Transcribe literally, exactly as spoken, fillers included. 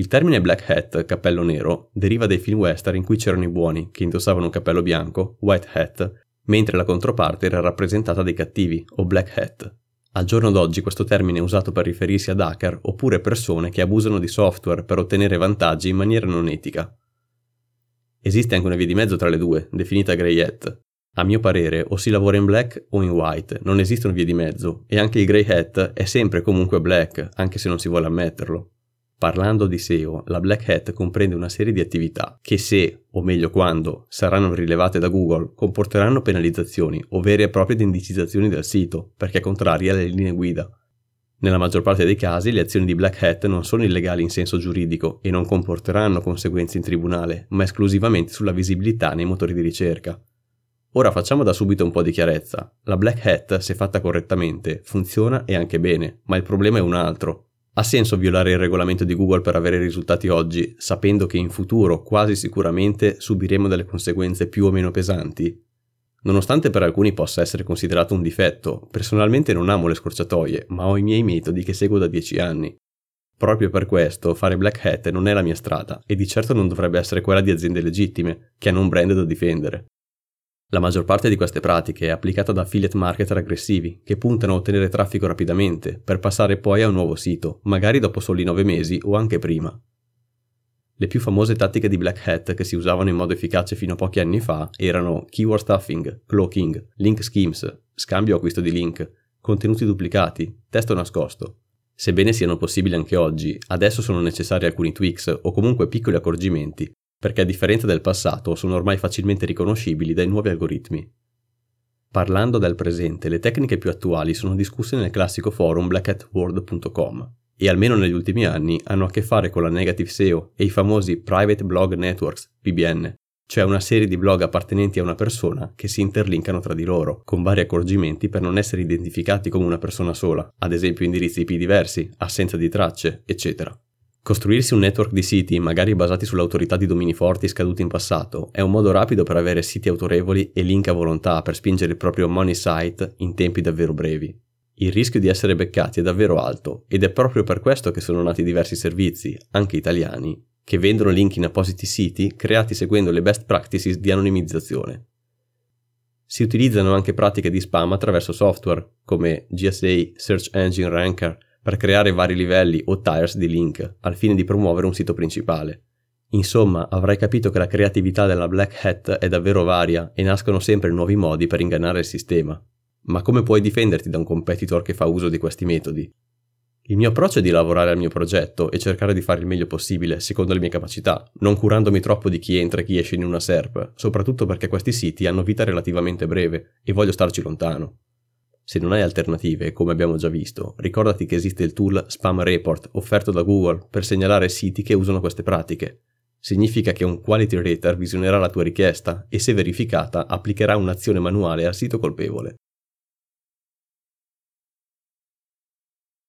Il termine black hat, cappello nero, deriva dai film western in cui c'erano i buoni, che indossavano un cappello bianco, white hat, mentre la controparte era rappresentata dai cattivi, o black hat. Al giorno d'oggi questo termine è usato per riferirsi ad hacker oppure persone che abusano di software per ottenere vantaggi in maniera non etica. Esiste anche una via di mezzo tra le due, definita grey hat. A mio parere o si lavora in black o in white, non esistono vie di mezzo, e anche il grey hat è sempre e comunque black, anche se non si vuole ammetterlo. Parlando di S E O, la black hat comprende una serie di attività che se, o meglio quando, saranno rilevate da Google, comporteranno penalizzazioni o vere e proprie indicizzazioni del sito, perché contrarie alle linee guida. Nella maggior parte dei casi le azioni di black hat non sono illegali in senso giuridico e non comporteranno conseguenze in tribunale, ma esclusivamente sulla visibilità nei motori di ricerca. Ora facciamo da subito un po' di chiarezza. La black hat, se fatta correttamente, funziona e anche bene, ma il problema è un altro. Ha senso violare il regolamento di Google per avere risultati oggi, sapendo che in futuro quasi sicuramente subiremo delle conseguenze più o meno pesanti? Nonostante per alcuni possa essere considerato un difetto, personalmente non amo le scorciatoie, ma ho i miei metodi che seguo da dieci anni. Proprio per questo fare black hat non è la mia strada e di certo non dovrebbe essere quella di aziende legittime, che hanno un brand da difendere. La maggior parte di queste pratiche è applicata da affiliate marketer aggressivi che puntano a ottenere traffico rapidamente per passare poi a un nuovo sito, magari dopo soli nove mesi o anche prima. Le più famose tattiche di black hat che si usavano in modo efficace fino a pochi anni fa erano keyword stuffing, cloaking, link schemes, scambio o acquisto di link, contenuti duplicati, testo nascosto. Sebbene siano possibili anche oggi, adesso sono necessari alcuni tweaks o comunque piccoli accorgimenti, perché a differenza del passato sono ormai facilmente riconoscibili dai nuovi algoritmi. Parlando del presente, le tecniche più attuali sono discusse nel classico forum black hat world punto com e almeno negli ultimi anni hanno a che fare con la negative S E O e i famosi Private Blog Networks, P B N, cioè una serie di blog appartenenti a una persona che si interlinkano tra di loro, con vari accorgimenti per non essere identificati come una persona sola, ad esempio indirizzi I P diversi, assenza di tracce, eccetera. Costruirsi un network di siti, magari basati sull'autorità di domini forti scaduti in passato, è un modo rapido per avere siti autorevoli e link a volontà per spingere il proprio money site in tempi davvero brevi. Il rischio di essere beccati è davvero alto ed è proprio per questo che sono nati diversi servizi, anche italiani, che vendono link in appositi siti creati seguendo le best practices di anonimizzazione. Si utilizzano anche pratiche di spam attraverso software, come G S A, Search Engine Ranker, per creare vari livelli o tiers di link, al fine di promuovere un sito principale. Insomma, avrai capito che la creatività della black hat è davvero varia e nascono sempre nuovi modi per ingannare il sistema. Ma come puoi difenderti da un competitor che fa uso di questi metodi? Il mio approccio è di lavorare al mio progetto e cercare di fare il meglio possibile, secondo le mie capacità, non curandomi troppo di chi entra e chi esce in una S E R P, soprattutto perché questi siti hanno vita relativamente breve e voglio starci lontano. Se non hai alternative, come abbiamo già visto, ricordati che esiste il tool Spam Report offerto da Google per segnalare siti che usano queste pratiche. Significa che un quality rater visionerà la tua richiesta e se verificata applicherà un'azione manuale al sito colpevole.